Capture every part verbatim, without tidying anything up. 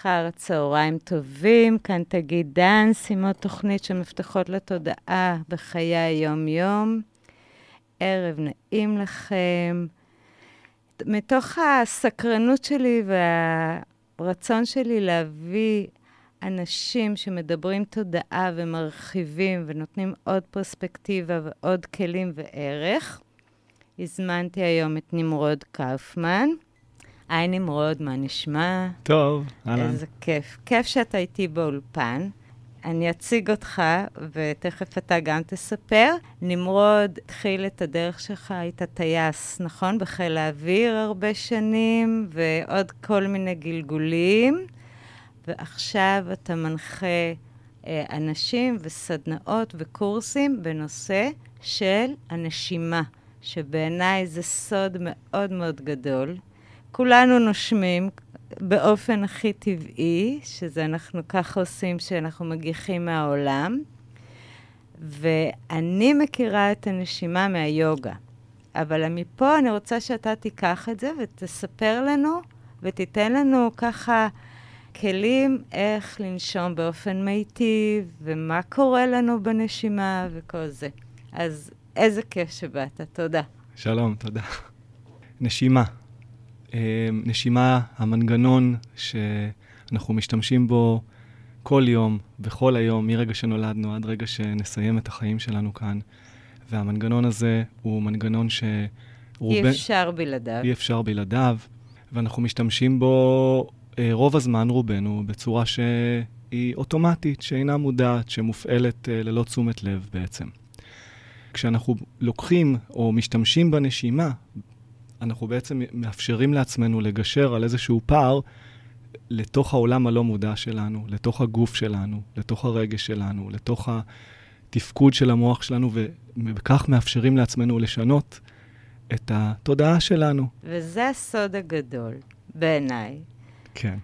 אחר הצהריים טובים, כאן תגיד דנס, עם עוד תוכנית שמפתחות לתודעה בחיי היום-יום. ערב נעים לכם. מתוך הסקרנות שלי והרצון שלי להביא אנשים שמדברים תודעה ומרחיבים ונותנים עוד פרספקטיבה ועוד כלים וערך, הזמנתי היום את נמרוד קאופמן. היי נמרוד, מה נשמע? טוב, אהלן. איזה כיף. כיף שאתה איתי באולפן. אני אציג אותך, ותכף אתה גם תספר. נמרוד התחיל את הדרך שלך, היית טייס, נכון? בחיל האוויר הרבה שנים, ועוד כל מיני גלגולים. ועכשיו אתה מנחה אה, אנשים וסדנאות וקורסים בנושא של הנשימה, שבעיניי זה סוד מאוד מאוד גדול. כולנו נושמים באופן הכי טבעי, שזה אנחנו ככה עושים שאנחנו מגיחים מהעולם, ואני מכירה את הנשימה מהיוגה. אבל מפה אני רוצה שאתה תיקח את זה ותספר לנו, ותיתן לנו ככה כלים איך לנשום באופן מיטיב, ומה קורה לנו בנשימה וכל זה. אז איזה כיף שבאת, תודה. שלום, תודה. נשימה. נשימה, המנגנון שאנחנו משתמשים בו כל יום וכל היום, מרגע שנולדנו עד רגע שנסיים את החיים שלנו כאן. והמנגנון הזה הוא מנגנון ש... אי אפשר בלעדיו. אי אפשר בלעדיו, ואנחנו משתמשים בו רוב הזמן רובנו בצורה שהיא אוטומטית, שאינה מודעת, שמופעלת ללא תשומת לב בעצם. כשאנחנו לוקחים או משתמשים בנשימה, אנחנו בעצם מאפשרים לעצמנו לגשר על איזשהו פער לתוך העולם הלא מודע שלנו, לתוך הגוף שלנו, לתוך הרגש שלנו, לתוך התפקוד של המוח שלנו, ובכך מאפשרים לעצמנו לשנות את התודעה שלנו. וזה הסוד הגדול בעיניי. כן.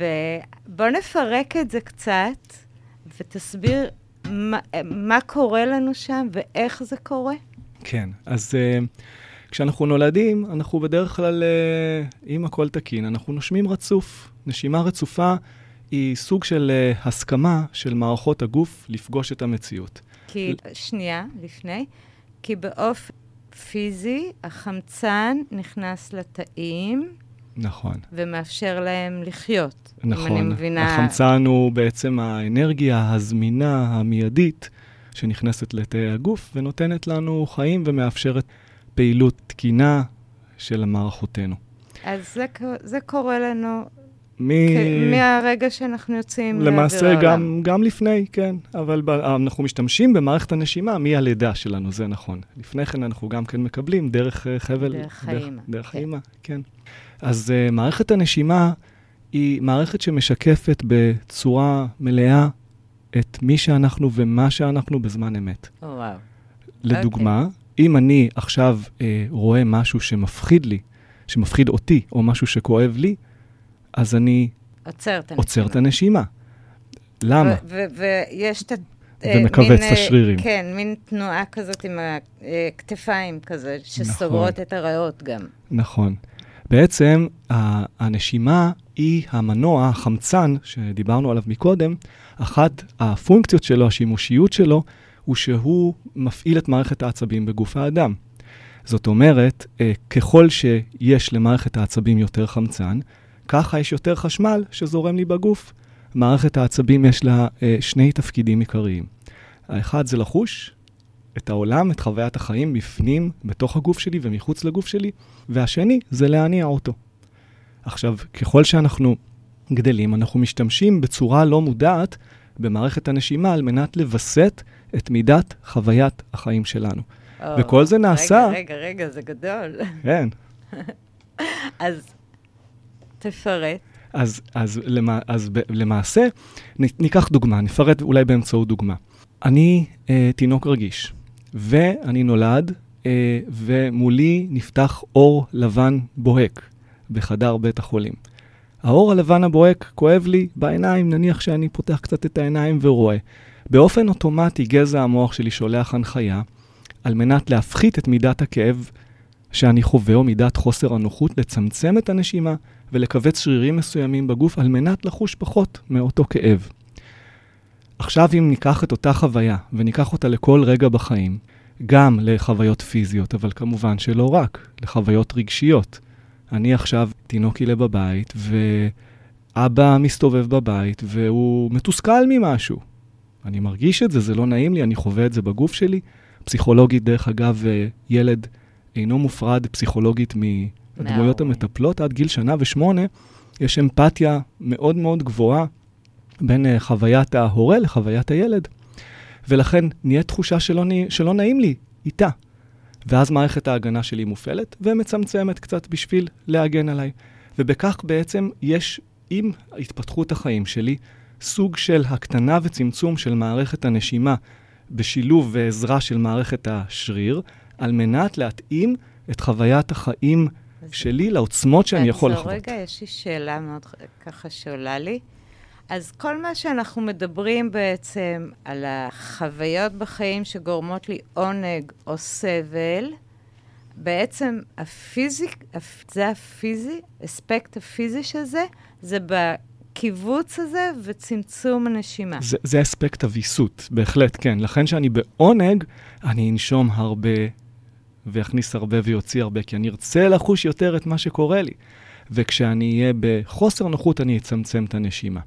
ובוא נפרק את זה קצת, ותסביר מה, מה קורה לנו שם ואיך זה קורה. כן, אז... Uh, כשאנחנו נולדים, אנחנו בדרך כלל, אם הכל תקין, אנחנו נושמים רצוף. נשימה רצופה היא סוג של הסכמה של מערכות הגוף לפגוש את המציאות. כי, שנייה, לפני, כי באופן פיזי, החמצן נכנס לתאים. נכון. ומאפשר להם לחיות. נכון. אם אני מבינה... החמצן הוא בעצם האנרגיה הזמינה, המיידית, שנכנסת לתאי הגוף, ונותנת לנו חיים ומאפשרת פעילות תקינה של מערכותינו. אז זה, זה קורה לנו מ... כ- מהרגע שאנחנו יוצאים למעשה לאוויר גם, העולם. גם לפני, כן. אבל ב... אנחנו משתמשים במערכת הנשימה מהלידה שלנו, זה נכון. לפני כן אנחנו גם כן מקבלים דרך uh, חבל... דרך האימא. דרך כן. האימא, כן. אז uh, מערכת הנשימה היא מערכת שמשקפת בצורה מלאה את מי שאנחנו ומה שאנחנו בזמן אמת. Oh, וואו. לדוגמה, Okay. אם אני עכשיו אה, רואה משהו שמפחיד לי, שמפחיד אותי, או משהו שכואב לי, אז אני עוצר את הנשימה. עוצר את הנשימה. למה? ויש את... ומכווץ את השרירים. כן, מין תנועה כזאת עם הכתפיים כזה, שסוגרות נכון. את הריאות גם. נכון. בעצם הנשימה היא המנוע, החמצן, שדיברנו עליו מקודם, אחת הפונקציות שלו, השימושיות שלו, הוא שהוא מפעיל את מערכת העצבים בגוף האדם. זאת אומרת, ככל שיש למערכת העצבים יותר חמצן, ככה יש יותר חשמל שזורם לי בגוף. מערכת העצבים יש לה שני תפקידים עיקריים. האחד זה לחוש את העולם, את חוויית החיים בפנים, בתוך הגוף שלי ומחוץ לגוף שלי, והשני זה להניע אותו. עכשיו, ככל שאנחנו גדלים, אנחנו משתמשים בצורה לא מודעת במערכת הנשימה על מנת לבסט את מידת חוויית החיים שלנו. Oh, וכל זה נעשה... רגע, רגע, רגע, זה גדול. כן. אז תפרט. אז, אז, למע... אז ב... למעשה, ניקח דוגמה, נפרט אולי באמצעות דוגמה. אני אה, תינוק רגיש, ואני נולד, אה, ומולי נפתח אור לבן בוהק בחדר בית החולים. האור הלבן הבוהק כואב לי בעיניים, נניח שאני פותח קצת את העיניים ורואה. באופן אוטומטי גזע המוח שלי שולח הנחיה, על מנת להפחית את מידת הכאב שאני חווה, או מידת חוסר הנוחות, לצמצם את הנשימה ולכווץ שרירים מסוימים בגוף על מנת לחוש פחות מאותו כאב. עכשיו אם ניקח את אותה חוויה וניקח אותה לכל רגע בחיים, גם לחוויות פיזיות, אבל כמובן שלא רק, לחוויות רגשיות. אני עכשיו תינוק ילד בבית, ואבא מסתובב בבית, והוא מתוסכל ממשהו. אני מרגיש את זה, זה לא נעים לי, אני חווה את זה בגוף שלי. פסיכולוגית, דרך אגב, ילד אינו מופרד פסיכולוגית מהדמויות המטפלות. עד גיל שנה ושמונה, יש אמפתיה מאוד מאוד גבוהה בין חוויית ההורה לחוויית הילד. ולכן נהיה תחושה שלא, שלא נעים לי איתה. ואז מערכת ההגנה שלי מופעלת ומצמצמת קצת בשביל להגן עליי. ובכך בעצם יש עם התפתחות החיים שלי סוג של הקטנה וצמצום של מערכת הנשימה בשילוב ועזרה של מערכת השריר, על מנת להתאים את חוויית החיים שלי לעוצמות שאני יכול לחוות. רגע, יש לי שאלה מאוד ככה שעולה לי. אז כל מה שאנחנו מדברים בעצם על החוויות בחיים שגורמות לי עונג או סבל, בעצם הפיזיק, זה הפיזי, אספקט הפיזי של זה, זה בקיבוץ הזה וצמצום הנשימה. זה, זה אספקט הוויסות, בהחלט, כן. לכן שאני בעונג, אני אנשום הרבה ויכניס הרבה ויוציא הרבה, כי אני ארצה לחוש יותר את מה שקורה לי. וכשאני אהיה בחוסר נוחות, אני אצמצם את הנשימה.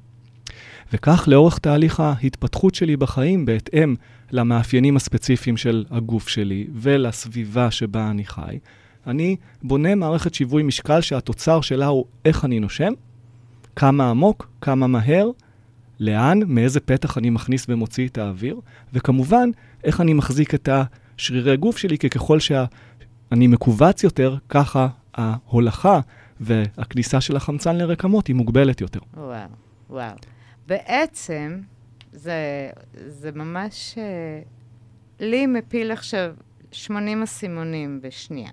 וכך לאורך תהליך ההתפתחות שלי בחיים, בהתאם למאפיינים הספציפיים של הגוף שלי ולסביבה שבה אני חי, אני בונה מערכת שיווי משקל שהתוצר שלה הוא איך אני נושם, כמה עמוק, כמה מהר, לאן, מאיזה פתח אני מכניס ומוציא את האוויר, וכמובן איך אני מחזיק את השרירי גוף שלי, כי ככל שאני מקובץ יותר, ככה ההולכה והכניסה של החמצן לרקמות היא מוגבלת יותר. וואו, וואו. בעצם, זה, זה ממש, לי מפיל עכשיו שמונים אסימונים בשנייה.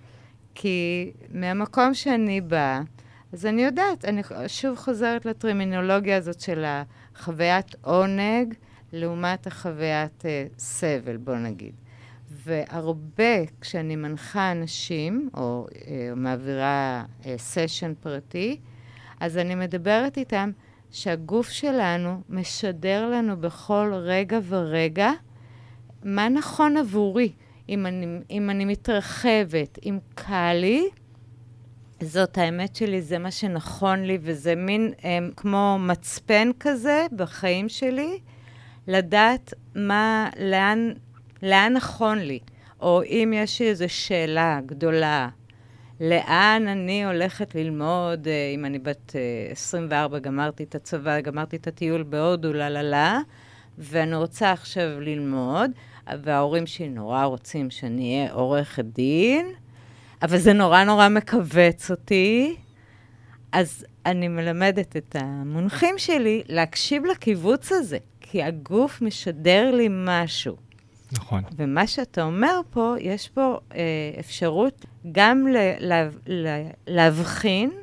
כי מהמקום שאני באה, אז אני יודעת, אני שוב חוזרת לטרמינולוגיה הזאת של החוויית עונג, לעומת החוויית אה, סבל, בוא נגיד. והרבה, כשאני מנחה אנשים, או אה, מעבירה אה, סשן פרטי, אז אני מדברת איתם, שהגוף שלנו משדר לנו בכל רגע ורגע מה נכון עבורי. אם אני, אם אני מתרחבת, אם קל לי, זאת האמת שלי, זה מה שנכון לי, וזה מין הם, כמו מצפן כזה בחיים שלי, לדעת מה, לאן, לאן נכון לי. או אם יש לי איזו שאלה גדולה, לאן אני הולכת ללמוד, אם אני בת עשרים וארבע, גמרתי את הצבא, גמרתי את הטיול בהודו, לללה, ואני רוצה עכשיו ללמוד, וההורים שלי נורא רוצים שאני אהיה עורכת דין, אבל זה נורא נורא מקווץ אותי, אז אני מלמדת את המונחים שלי להקשיב לקיבוץ הזה, כי הגוף משדר לי משהו. נכון. ומה שאתה אומר פה, יש פה אה, אפשרות גם ל- לה- לה- להבחין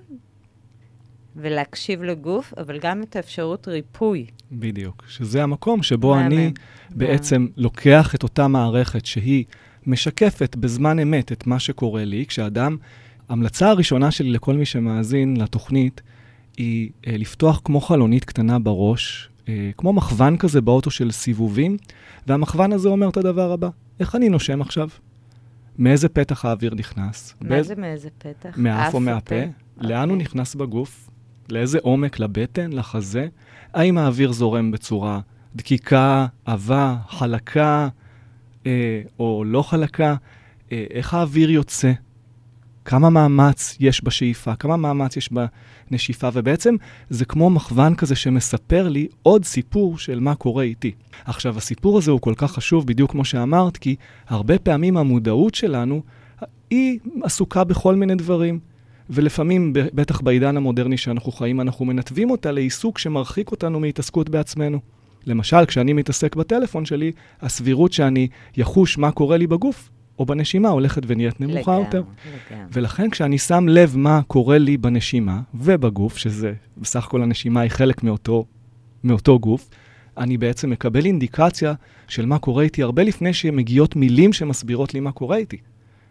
ולהקשיב לגוף, אבל גם את האפשרות ריפוי. בדיוק, שזה המקום שבו מה אני מה? בעצם מה? לוקח את אותה מערכת שהיא משקפת בזמן אמת את מה שקורה לי, כשאדם, המלצה הראשונה שלי לכל מי שמאזין לתוכנית, היא אה, לפתוח כמו חלונית קטנה בראש, אה, כמו מכוון כזה באוטו של סיבובים, והמכוון הזה אומר את הדבר הבא, איך אני נושם עכשיו? מאיזה פתח האוויר נכנס? מה באיז... זה מאיזה פתח? מאף או מהפה? לאן הוא נכנס בגוף? לאיזה עומק? לבטן? לחזה? האם האוויר זורם בצורה דקיקה, עבה, חלקה, אה, או לא חלקה? אה, איך האוויר יוצא? כמה מאמץ יש בשאיפה? כמה מאמץ יש בנשיפה? ובעצם זה כמו מכוון כזה שמספר לי עוד סיפור של מה קורה איתי. עכשיו, הסיפור הזה הוא כל כך חשוב, בדיוק כמו שאמרת, כי הרבה פעמים המודעות שלנו היא עסוקה בכל מיני דברים. ולפעמים, בטח בעידן המודרני שאנחנו חיים, אנחנו מנתבים אותה לעיסוק שמרחיק אותנו מהתעסקות בעצמנו. למשל, כשאני מתעסק בטלפון שלי, הסבירות שאני יחוש מה קורה לי בגוף, או בנשימה, הולכת ונהיית נמוכה לגמרי, יותר. לגמרי. ולכן, כשאני שם לב מה קורה לי בנשימה ובגוף, שזה בסך הכל הנשימה היא חלק מאותו, מאותו גוף, אני בעצם מקבל אינדיקציה של מה קורה איתי הרבה לפני שמגיעות מילים שמסבירות לי מה קורה איתי.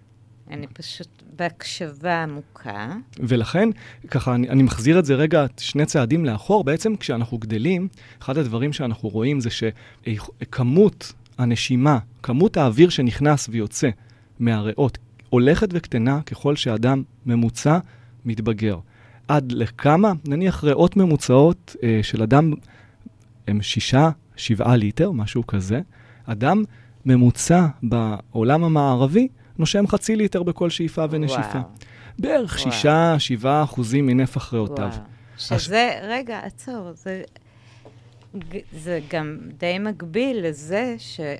אני פשוט בהקשבה עמוקה. ולכן, ככה, אני, אני מחזיר את זה רגע שני צעדים לאחור. בעצם כשאנחנו גדלים, אחד הדברים שאנחנו רואים זה שכמות הנשימה, כמות האוויר שנכנס ויוצא מהריאות, הולכת וקטנה ככל שאדם ממוצע מתבגר. עד לכמה, נניח ריאות ממוצעות אה, של אדם הם שישה, שבעה ליטר, משהו כזה. אדם ממוצע בעולם המערבי נושם חצי ליטר בכל שאיפה ונשיפה. וואו. בערך וואו. שישה, שבעה אחוזים מנפח ריאותיו. שזה, הש... רגע, עצור, זה, זה גם די מקביל לזה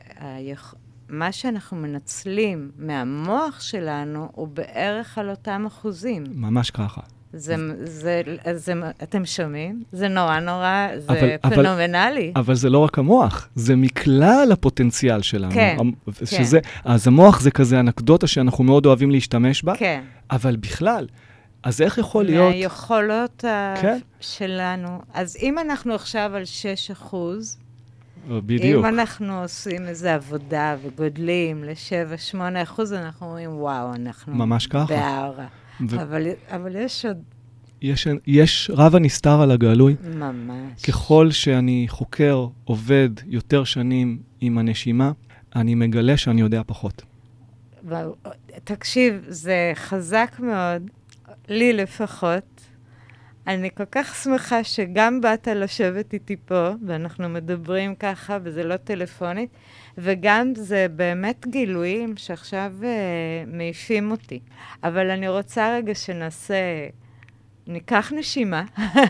שמה שאנחנו מנצלים מהמוח שלנו הוא בערך על אותם אחוזים. ממש ככה. זה, זה, זה, אתם שומעים? זה נורא נורא, זה אבל, פנומנלי. אבל, אבל זה לא רק המוח, זה מכלל הפוטנציאל שלנו. כן, שזה, כן. אז המוח זה כזה אנקדוטה שאנחנו מאוד אוהבים להשתמש בה, כן. אבל בכלל, אז איך יכול להיות... מהיכולות כן? שלנו. אז אם אנחנו עכשיו על שש אחוז, בדיוק. אם אנחנו עושים איזו עבודה וגודלים ל-שבע שמונה אחוז, אנחנו אומרים, וואו, אנחנו ממש ככה. בהערה. ו... אבל, אבל יש עוד... יש, יש רב הנסתר על הגלוי. ממש. ככל שאני חוקר, עובד יותר שנים עם הנשימה, אני מגלה שאני יודע פחות. ו... תקשיב, זה חזק מאוד, לי לפחות. אני כל כך שמחה שגם באת לשבת איתי פה, ואנחנו מדברים ככה, וזה לא טלפונית, וגם זה באמת גילויים שעכשיו uh, מעיפים אותי. אבל אני רוצה רגע שנעשה, ניקח נשימה,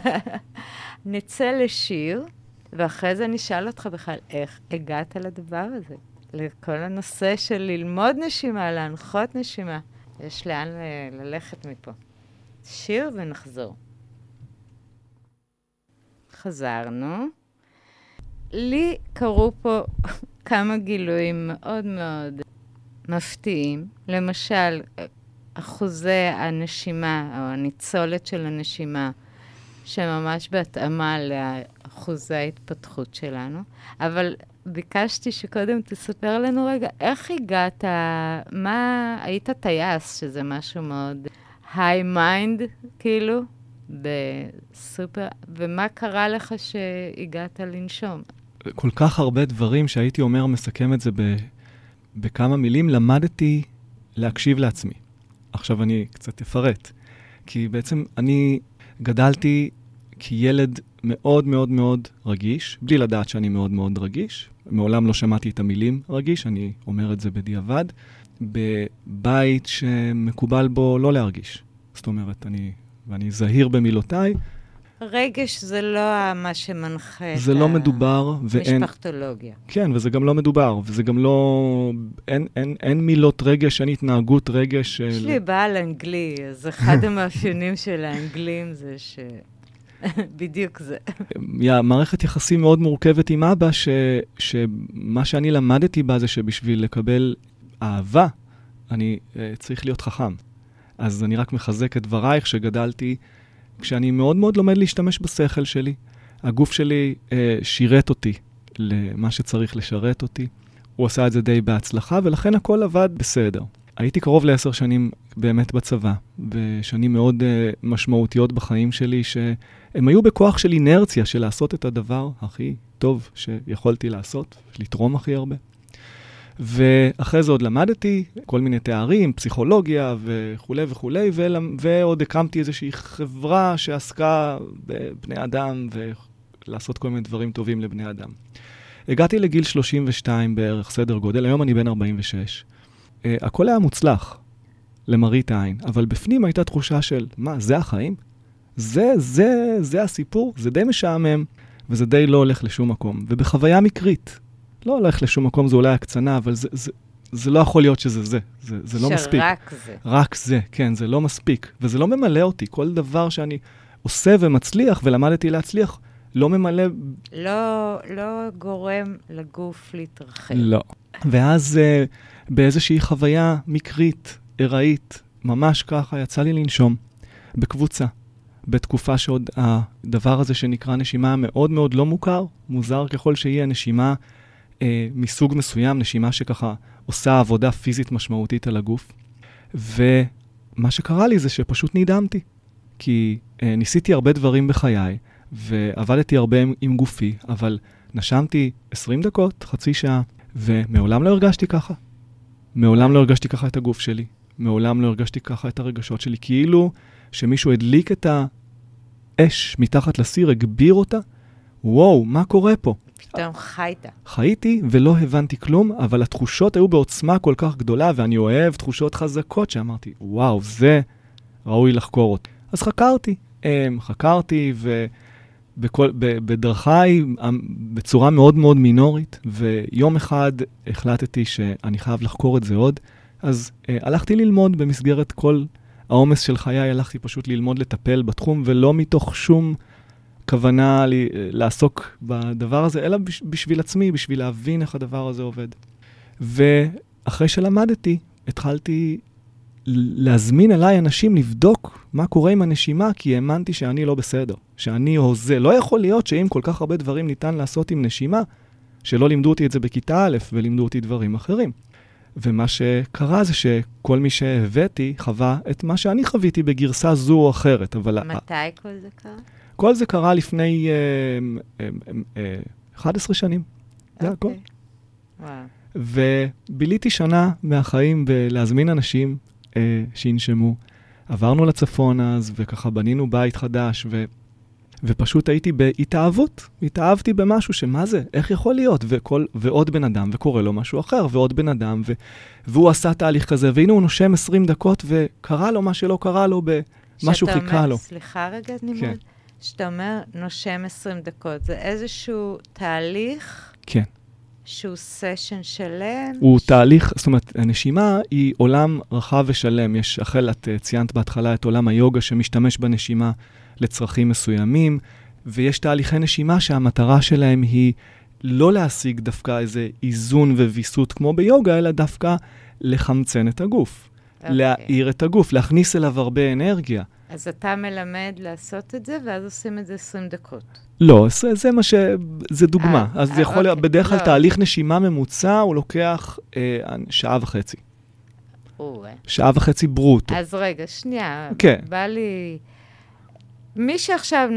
נצא לשיר, ואחרי זה נשאל אותך בכלל, איך הגעת לדבר הזה? לכל הנושא של ללמוד נשימה, להנחות נשימה. יש לאן ל- ללכת מפה. שיר ונחזור. חזרנו. לי קראו פה כמה גילויים מאוד מאוד מפתיעים. למשל, אחוזי הנשימה, או הניצולת של הנשימה, שממש בהתאמה לאחוזי ההתפתחות שלנו. אבל ביקשתי שקודם תספר לנו רגע, איך הגעת, מה, היית טייס, שזה משהו מאוד high mind, כאילו? בסופר, ומה קרה לך שהגעת לנשום? כל כך הרבה דברים שהייתי אומר, מסכם את זה ב, בכמה מילים, למדתי להקשיב לעצמי. עכשיו אני קצת אפרט, כי בעצם אני גדלתי כילד מאוד מאוד מאוד רגיש, בלי לדעת שאני מאוד מאוד רגיש, מעולם לא שמעתי את המילים רגיש, אני אומר את זה בדיעבד, בבית שמקובל בו לא להרגיש. זאת אומרת, אני... ואני זהיר במילותיי. רגש זה לא מה שמנחה את זה לא מדובר ואין... משפחתולוגיה. כן, וזה גם לא מדובר, וזה גם לא... אין, אין, אין מילות רגש, אין התנהגות רגש. יש לי בעל אנגלי, אז אחד המאפיינים של האנגלים זה ש... בדיוק זה. מערכת יחסים מאוד מורכבת עם אבא, ש... שמה שאני למדתי בה זה שבשביל לקבל אהבה, אני uh, צריך להיות חכם. אז אני רק מחזק את דברייך שגדלתי, כשאני מאוד מאוד לומד להשתמש בשכל שלי. הגוף שלי אה, שירת אותי למה שצריך לשרת אותי. הוא עשה את זה די בהצלחה, ולכן הכל עבד בסדר. הייתי קרוב לעשר שנים באמת בצבא, ושנים מאוד אה, משמעותיות בחיים שלי, שהם היו בכוח של אינרציה, של לעשות את הדבר הכי טוב שיכולתי לעשות, לתרום הכי הרבה. ואחרי זה עוד למדתי כל מיני תארים, פסיכולוגיה וכו' וכו', ועוד הקמתי איזושהי חברה שעסקה בבני אדם ולעשות כל מיני דברים טובים לבני אדם. הגעתי לגיל שלושים ושתיים בערך, סדר גודל, היום אני בן ארבעים ושש. הכל היה מוצלח למראית העין, אבל בפנים הייתה תחושה של, מה, זה החיים? זה, זה, זה הסיפור? זה די משעמם, וזה די לא הולך לשום מקום. ובחוויה מקרית, לא הולך לשום מקום, זה אולי הקצנה, אבל זה, זה, זה לא יכול להיות שזה זה. זה, זה לא מספיק. שרק זה. רק זה, כן, זה לא מספיק. וזה לא ממלא אותי. כל דבר שאני עושה ומצליח, ולמדתי להצליח, לא ממלא... לא, לא גורם לגוף להתרחב. לא. ואז uh, באיזושהי חוויה מקרית, עראית, ממש ככה, יצא לי לנשום בקבוצה. בתקופה שעוד הדבר הזה שנקרא נשימה מאוד מאוד לא מוכר, מוזר ככל שהיא הנשימה אה, מסוג מסוים, נשימה שככה עושה עבודה פיזית משמעותית על הגוף. ומה שקרה לי זה שפשוט נדהמתי, כי אה, ניסיתי הרבה דברים בחיי, ועבדתי הרבה עם, עם גופי, אבל נשמתי עשרים דקות, חצי שעה, ומעולם לא הרגשתי ככה. מעולם לא הרגשתי ככה את הגוף שלי, מעולם לא הרגשתי ככה את הרגשות שלי, כאילו שמישהו הדליק את האש מתחת לסיר, הגביר אותה, וואו, מה קורה פה? פתאום חיית. חייתי ולא הבנתי כלום, אבל התחושות היו בעוצמה כל כך גדולה, ואני אוהב תחושות חזקות שאמרתי, וואו, זה ראוי לחקור אותי. אז חקרתי, חקרתי, ובכל, בדרכי, בצורה מאוד מאוד מינורית, ויום אחד החלטתי שאני חייב לחקור את זה עוד, אז הלכתי ללמוד במסגרת כל העומס של חיי, הלכתי פשוט ללמוד לטפל בתחום, ולא מתוך שום כוונה לי, לעסוק בדבר הזה, אלא בשביל עצמי, בשביל להבין איך הדבר הזה עובד. ואחרי שלמדתי, התחלתי להזמין אליי אנשים לבדוק מה קורה עם הנשימה, כי האמנתי שאני לא בסדר, שאני הוזה. לא יכול להיות שאם כל כך הרבה דברים ניתן לעשות עם נשימה, שלא לימדו אותי את זה בכיתה א' ולימדו אותי דברים אחרים. ומה שקרה זה שכל מי שהבאתי חווה את מה שאני חוויתי בגרסה זו או אחרת. אבל מתי כל זה קרה? כל זה קרה לפני אה, אה, אה, אחת עשרה שנים. זה הכל. וואו. וביליתי שנה מהחיים בלהזמין אנשים אה, שינשמו. עברנו לצפון אז, וככה בנינו בית חדש, ו... ופשוט הייתי בהתאהבות. התאהבתי במשהו שמה זה? איך יכול להיות? וכל... ועוד בן אדם, וקורא לו משהו אחר, ועוד בן אדם, ו... והוא עשה תהליך כזה, והנה הוא נושם עשרים דקות, וקרה לו מה שלא קרה לו, במשהו חיכה אומר, לו. סליחה רגע, נמרוד. כן. שאתה אומר, נושם עשרים דקות, זה איזשהו תהליך? כן. שהוא סשן שלם? הוא ש... תהליך, זאת אומרת, הנשימה היא עולם רחב ושלם. יש, החל, את ציינת בהתחלה את עולם היוגה שמשתמש בנשימה לצרכים מסוימים, ויש תהליכי נשימה שהמטרה שלהם היא לא להשיג דווקא איזה איזון וויסות כמו ביוגה, אלא דווקא לחמצן את הגוף. Okay. להאיר את הגוף, להכניס אליו הרבה אנרגיה. אז אתה מלמד לעשות את זה, ואז עושים את זה עשרים דקות. לא, זה, זה מה ש... זה דוגמה. 아, אז זה יכול להיות, אוקיי. בדרך כלל לא. תהליך נשימה ממוצע, הוא לוקח אה, שעה וחצי. אורי. שעה וחצי ברוטו. אז רגע, שנייה. כן. בא לי... מי שעכשיו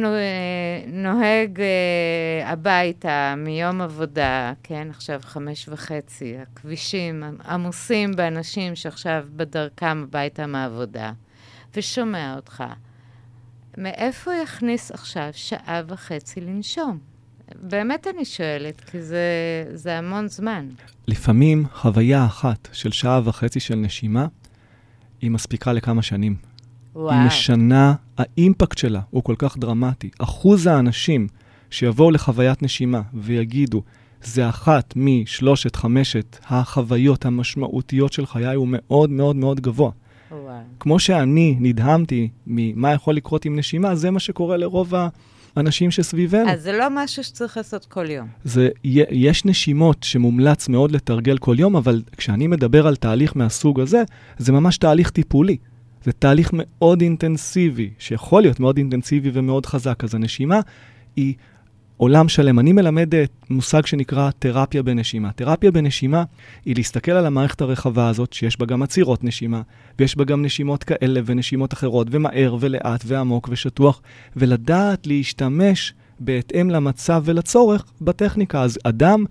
נוהג אה, הביתה מיום עבודה, כן, עכשיו חמש וחצי, הכבישים עמוסים באנשים שעכשיו בדרכם הביתה מהעבודה, ושומע אותך, מאיפה יכניס עכשיו שעה וחצי לנשום? באמת אני שואלת, כי זה, זה המון זמן. לפעמים חוויה אחת של שעה וחצי של נשימה, היא מספיקה לכמה שנים. וואו. היא משנה, האימפקט שלה הוא כל כך דרמטי. אחוז האנשים שיבואו לחוויית נשימה ויגידו, זה אחת משלושת חמשת החוויות המשמעותיות של חיי, הוא מאוד מאוד מאוד גבוה. וואו. כמו שאני נדהמתי ממה יכול לקרות עם נשימה, זה מה שקורה לרוב האנשים שסביבנו. אז זה לא משהו שצריך לעשות כל יום. זה, יש נשימות שמומלץ מאוד לתרגל כל יום, אבל כשאני מדבר על תהליך מהסוג הזה, זה ממש תהליך טיפולי. זה תהליך מאוד אינטנסיבי, שיכול להיות מאוד אינטנסיבי ומאוד חזק. אז הנשימה היא עולם שלם. אני מלמד מושג שנקרא תרפיה בנשימה. תרפיה בנשימה היא להסתכל על המערכת הרחבה הזאת, שיש בה גם עצירות נשימה, ויש בה גם נשימות כאלה ונשימות אחרות, ומהר ולאט ועמוק ושטוח, ולדעת להשתמש בהתאם למצב ולצורך בטכניקה. אז אדם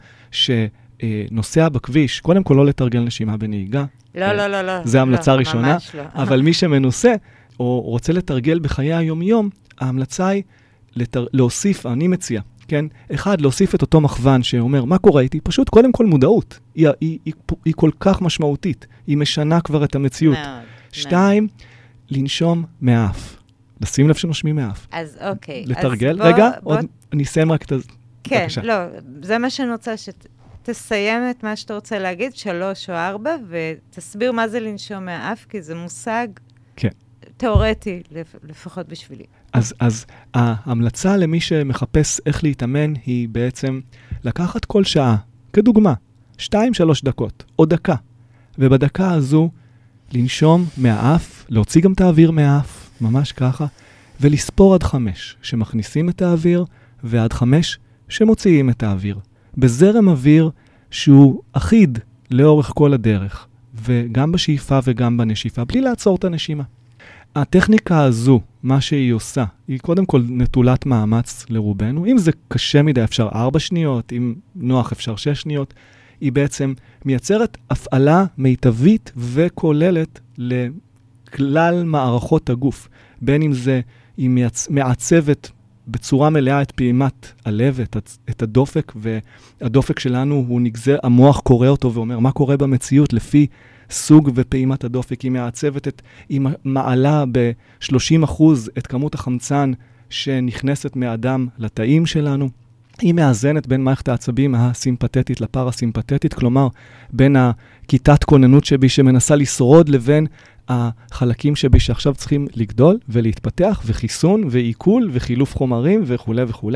שנוסע בכביש, קודם כל לא לתרגל נשימה בנהיגה, לא, לא, לא, לא. זה המלצה לא, ראשונה, לא. אבל מי שמנוסה או רוצה לתרגל בחיי היום-יום, ההמלצה היא לתר... להוסיף, אני מציע, כן? אחד, להוסיף את אותו מכוון שאומר, מה קורה איתי? פשוט קודם כל מודעות. היא, היא, היא, היא כל כך משמעותית. היא משנה כבר את המציאות. מאוד, שתיים, מאוד. לנשום מהאף. לשים לב שנושמים מהאף. אז אוקיי. לתרגל. אז בוא, רגע, בוא... עוד נסיים רק את זה. כן, בבקשה. לא, זה מה שאני רוצה שת... תסיים את מה שאתה רוצה להגיד, שלוש או ארבע, ותסביר מה זה לנשום מהאף, כי זה מושג כן. תיאורטי, לפחות בשבילי. אז, אז ההמלצה למי שמחפש איך להתאמן היא בעצם לקחת כל שעה, כדוגמה, שתיים, שלוש דקות, או דקה, ובדקה הזו לנשום מהאף, להוציא גם את האוויר מהאף, ממש ככה, ולספור עד חמש, שמכניסים את האוויר, ועד חמש שמוציאים את האוויר. בזרם אוויר שהוא אחיד לאורך כל הדרך. וגם בשאיפה וגם בנשיפה, בלי לעצור את הנשימה. הטכניקה הזו, מה שהיא עושה, היא קודם כל נטולת מאמץ לרובנו. אם זה קשה מדי, אפשר ארבע שניות, אם נוח אפשר שש שניות. היא בעצם מייצרת הפעלה מיטבית וכוללת לכלל מערכות הגוף. בין אם זה, היא מייצ... מעצבת בצורה מלאה את פעימת הלב, את, את הדופק, והדופק שלנו הוא נגזר, המוח קורא אותו ואומר, מה קורה במציאות לפי סוג ופעימת הדופק. היא מעצבת את, היא מעלה ב-שלושים אחוז את כמות החמצן שנכנסת מהאדם לתאים שלנו. היא מאזנת בין מערכת העצבים הסימפתטית לפרסימפתטית, כלומר, בין הכיתת כוננות שבי שמנסה לשרוד לבין החלקים שבי שעכשיו צריכים לגדול ולהתפתח, וחיסון ועיכול וחילוף חומרים וכו' וכו'.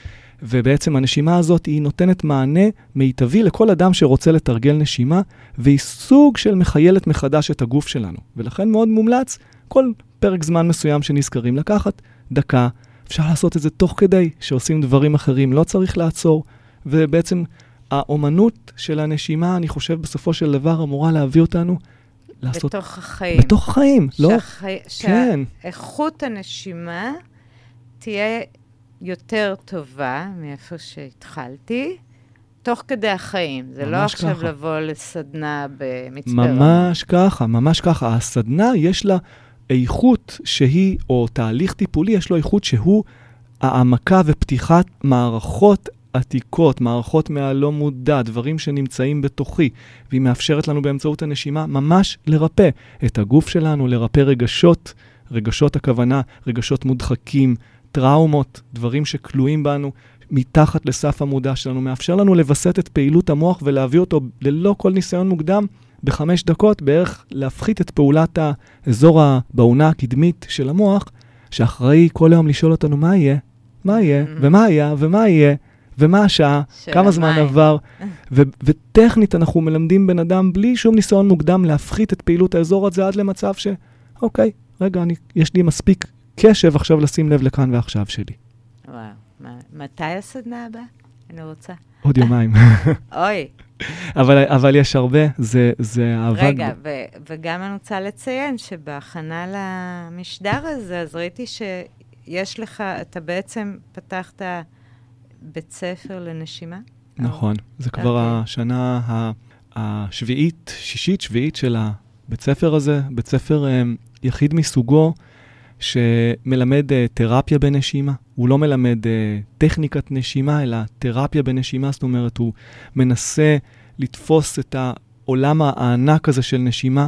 ובעצם הנשימה הזאת היא נותנת מענה מיטבי לכל אדם שרוצה לתרגל נשימה, והיא סוג של מחיילת מחדש את הגוף שלנו. ולכן מאוד מומלץ כל פרק זמן מסוים שנזכרים לקחת דקה, אפשר לעשות את זה תוך כדי שעושים דברים אחרים, לא צריך לעצור. ובעצם האומנות של הנשימה, אני חושב בסופו של דבר אמורה להביא אותנו לעשות... בתוך החיים. בתוך החיים, לא? שהחי... כן. שאיכות הנשימה תהיה יותר טובה מאיפה שהתחלתי, תוך כדי החיים. זה לא עכשיו ככה. לבוא לסדנה במצפה רמון. ממש ככה, ממש ככה. הסדנה יש לה איכות שהיא, או תהליך טיפולי, יש לו איכות שהוא העמקה ופתיחת מערכות עתיקות, מערכות מהלא מודע, דברים שנמצאים בתוכי, והיא מאפשרת לנו באמצעות הנשימה ממש לרפא את הגוף שלנו, לרפא רגשות, רגשות הכוונה, רגשות מודחקים, טראומות, דברים שכלואים בנו מתחת לסף המודע שלנו, מאפשר לנו לבסט את פעילות המוח ולהביא אותו ללא כל ניסיון מוקדם, בחמש דקות בערך להפחית את פעולת האזור הבעונה הקדמית של המוח, שאחראי כל היום לשאול אותנו מה יהיה, מה יהיה, ומה היה, ומה יהיה, ומה השעה, כמה זמן עבר, ו- וטכנית אנחנו מלמדים בן אדם בלי שום ניסיון מוקדם להפחית את פעילות האזור הזה עד למצב ש, אוקיי, רגע, אני, יש לי מספיק קשב עכשיו לשים לב לכאן ועכשיו שלי. וואו, מה, מתי הסדנה הבאה? אני רוצה. עוד יומיים. אוי. אבל, אבל יש הרבה, זה, זה עבד. רגע, ו, וגם אני רוצה לציין שבהכנה למשדר הזה, אז ראיתי שיש לך, אתה בעצם פתחת בית ספר לנשימה? נכון, זה כבר okay. השנה השביעית, שישית, שביעית של הבית ספר הזה, בית ספר יחיד מסוגו, שמלמד uh, תרפיה בנשימה. הוא לא מלמד uh, טכניקת נשימה, אלא תרפיה בנשימה, זאת אומרת, הוא מנסה לתפוס את העולם הענק הזה של נשימה,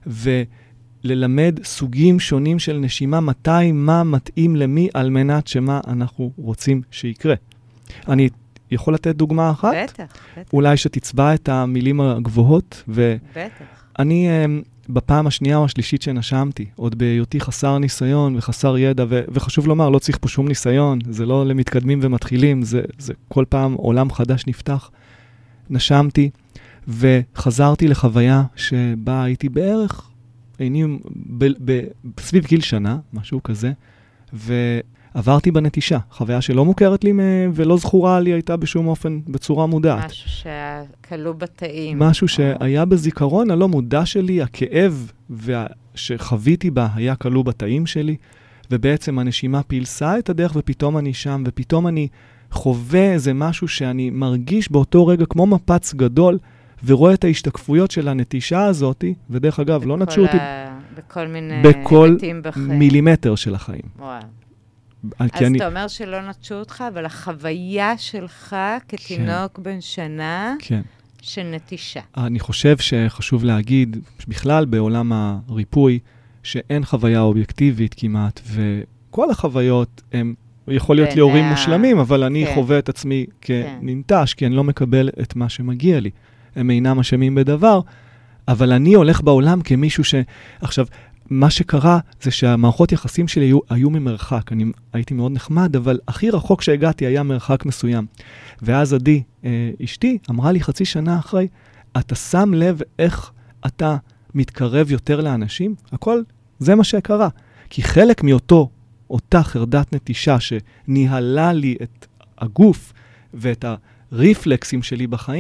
וללמד סוגים שונים של נשימה, מתי, מה מתאים למי, על מנת שמה אנחנו רוצים שיקרה. אני יכול לתת דוגמה אחת? בטח, בטח. אולי שתצבע את המילים הגבוהות, ו... בטח. אני... Um, בפעם השנייה או השלישית שנשמתי, עוד בהיותי חסר ניסיון וחסר ידע, ו- וחשוב לומר, לא צריך פה שום ניסיון, זה לא למתקדמים ומתחילים, זה, זה כל פעם עולם חדש נפתח. נשמתי וחזרתי לחוויה שבה הייתי בערך, הייתי ב- ב- בסביב גיל שנה, משהו כזה, ועברתי בנטישה, חוויה שלא מוכרת לי ולא זכורה לי הייתה בשום אופן בצורה מודעת. משהו שהיה כלוא בתאים. משהו שהיה בזיכרון הלא מודע שלי, הכאב שחוויתי בה היה כלוא בתאים שלי, ובעצם הנשימה פילסה את הדרך ופתאום אני שם, ופתאום אני חווה איזה משהו שאני מרגיש באותו רגע כמו מפץ גדול, ורואה את ההשתקפויות של הנטישה הזאת, ודרך אגב, לא נטשו אותי... בכל מיני בכל בחיים. מילימטר של החיים. וואו. אז אני... אתה אומר שלא נטשו אותך, אבל החוויה שלך כתינוק כן. בן שנה כן. של נטישה. אני חושב שחשוב להגיד, בכלל בעולם הריפוי, שאין חוויה אובייקטיבית כמעט, וכל החוויות הם, יכול להיות לי הורים מושלמים, אבל אני כן. חווה את עצמי כננטש, כן. כי אני לא מקבל את מה שמגיע לי. הם אינם אשמים בדבר, אבל אני הולך בעולם כמישהו ש... עכשיו, מה שקרה זה שהמערכות יחסים שלי היו, היו ממרחק. אני הייתי מאוד נחמד, אבל הכי רחוק שהגעתי היה מרחק מסוים. ואז עדי, אה, אשתי, אמרה לי חצי שנה אחרי, אתה שם לב איך אתה מתקרב יותר לאנשים? הכל, זה מה שקרה. כי חלק מאותו, אותה חרדת נטישה שניהלה לי את הגוף ואת הריפלקסים שלי בחיים,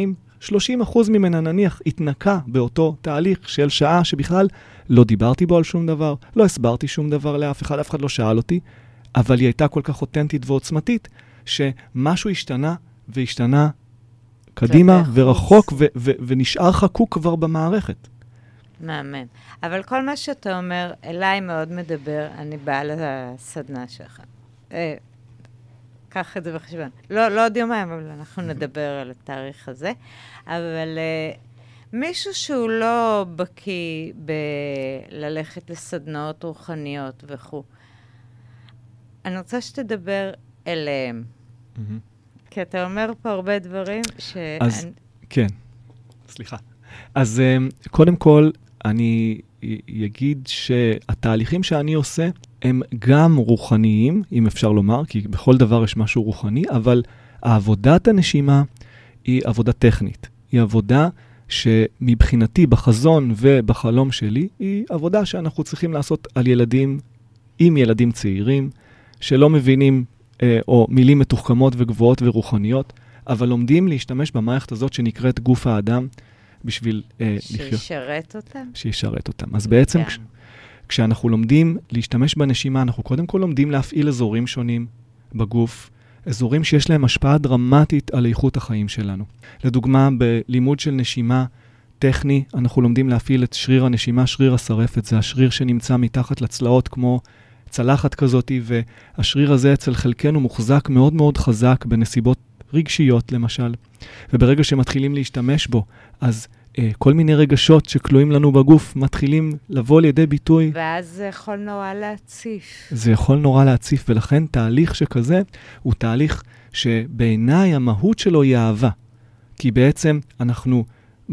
שלושים אחוז ממנה נניח התנקה באותו תהליך של שעה שבכלל לא דיברתי בו על שום דבר, לא הסברתי שום דבר לאף אחד, אף אחד לא שאל אותי, אבל היא הייתה כל כך אותנטית ועוצמתית, שמשהו השתנה והשתנה קדימה ורחוק ו- ו- ונשאר חקוק כבר במערכת. מאמן. אבל כל מה שאתה אומר, אליי מאוד מדבר, אני באה לסדנה שלך. אה, קח את זה בחשבון. לא, לא עוד יומיים, אבל אנחנו נדבר על התאריך הזה. אבל אה, מישהו שהוא לא בקיא בללכת לסדנאות רוחניות וכו', אני רוצה שתדבר אליהם. Mm-hmm. כי אתה אומר פה הרבה דברים ש... אז, אני... כן, סליחה. אז קודם כל, אני אגיד שהתהליכים שאני עושה הם גם רוחניים, אם אפשר לומר, כי בכל דבר יש משהו רוחני, אבל העבודת הנשימה היא עבודה טכנית. היא עבודה שמבחינתי בחזון ובחלום שלי, היא עבודה שאנחנו צריכים לעשות על ילדים, עם ילדים צעירים, שלא מבינים אה, או מילים מתוחכמות וגבוהות ורוחניות, אבל לומדים להשתמש במערכת הזאת שנקראת גוף האדם, בשביל אה, לחיות. שישרת אותם? שישרת אותם. אז בעצם כש, כשאנחנו לומדים להשתמש בנשימה, אנחנו קודם כל לומדים להפעיל אזורים שונים בגוף, אזורים שיש להם השפעה דרמטית על איכות החיים שלנו. לדוגמה, בלימוד של נשימה טכני, אנחנו לומדים להפעיל את שריר הנשימה, שריר השרפת, זה השריר שנמצא מתחת לצלעות כמו צלחת כזאת, והשריר הזה אצל חלקנו מוחזק מאוד מאוד חזק בנסיבות רגשיות למשל, וברגע שמתחילים להשתמש בו, אז אה, כל מיני רגשות שכלואים לנו בגוף מתחילים לבוא לידי ביטוי. ואז זה יכול נורא להציף. זה יכול נורא להציף, ולכן תהליך שכזה הוא תהליך שבעיניי המהות שלו היא אהבה. כי בעצם אנחנו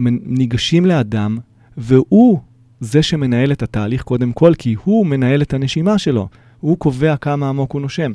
ניגשים לאדם, והוא זה שמנהל את התהליך קודם כל, כי הוא מנהל את הנשימה שלו. הוא קובע כמה עמוק הוא נושם.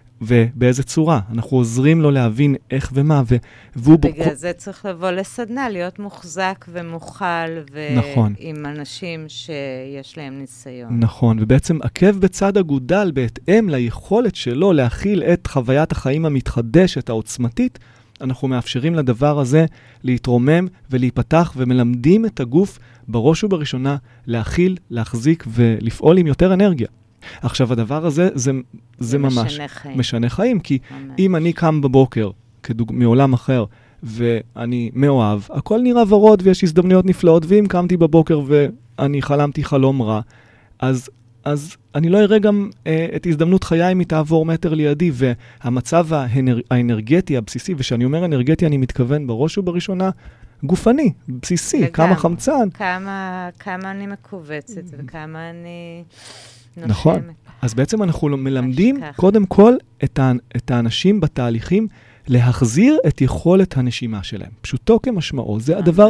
ובאיזה צורה. אנחנו עוזרים לו להבין איך ומה, ו... והוא... בגלל בו... זה צריך לבוא לסדנה, להיות מוחזק ומוכל, ו... נכון. עם אנשים שיש להם ניסיון. נכון, ובעצם עקב בצד אגודל, בהתאם ליכולת שלו להכיל את חוויית החיים המתחדשת, העוצמתית, אנחנו מאפשרים לדבר הזה להתרומם ולהיפתח, ומלמדים את הגוף בראש ובראשונה להכיל, להחזיק ולפעול עם יותר אנרגיה. עכשיו, הדבר הזה, זה, זה, זה ממש משנה חיים. משנה חיים, כי ממש. אם אני קם בבוקר, כדוג... מעולם אחר, ואני מאוהב, הכל נראה ורוד ויש הזדמנויות נפלאות, ואם קמתי בבוקר ואני חלמתי חלום רע, אז, אז אני לא אראה גם אה, את הזדמנות חיי אם היא תעבור מטר לידי, והמצב האנר... האנרגטי הבסיסי, ושאני אומר אנרגטי, אני מתכוון בראש ובראשונה, גופני, בסיסי, וגם, כמה חמצן. כמה, כמה אני מקובצת וכמה אני... נכון. אז בעצם אנחנו מלמדים קודם כל את, ה, את האנשים בתהליכים להחזיר את יכולת הנשימה שלהם. פשוטו כמשמעו, זה הדבר,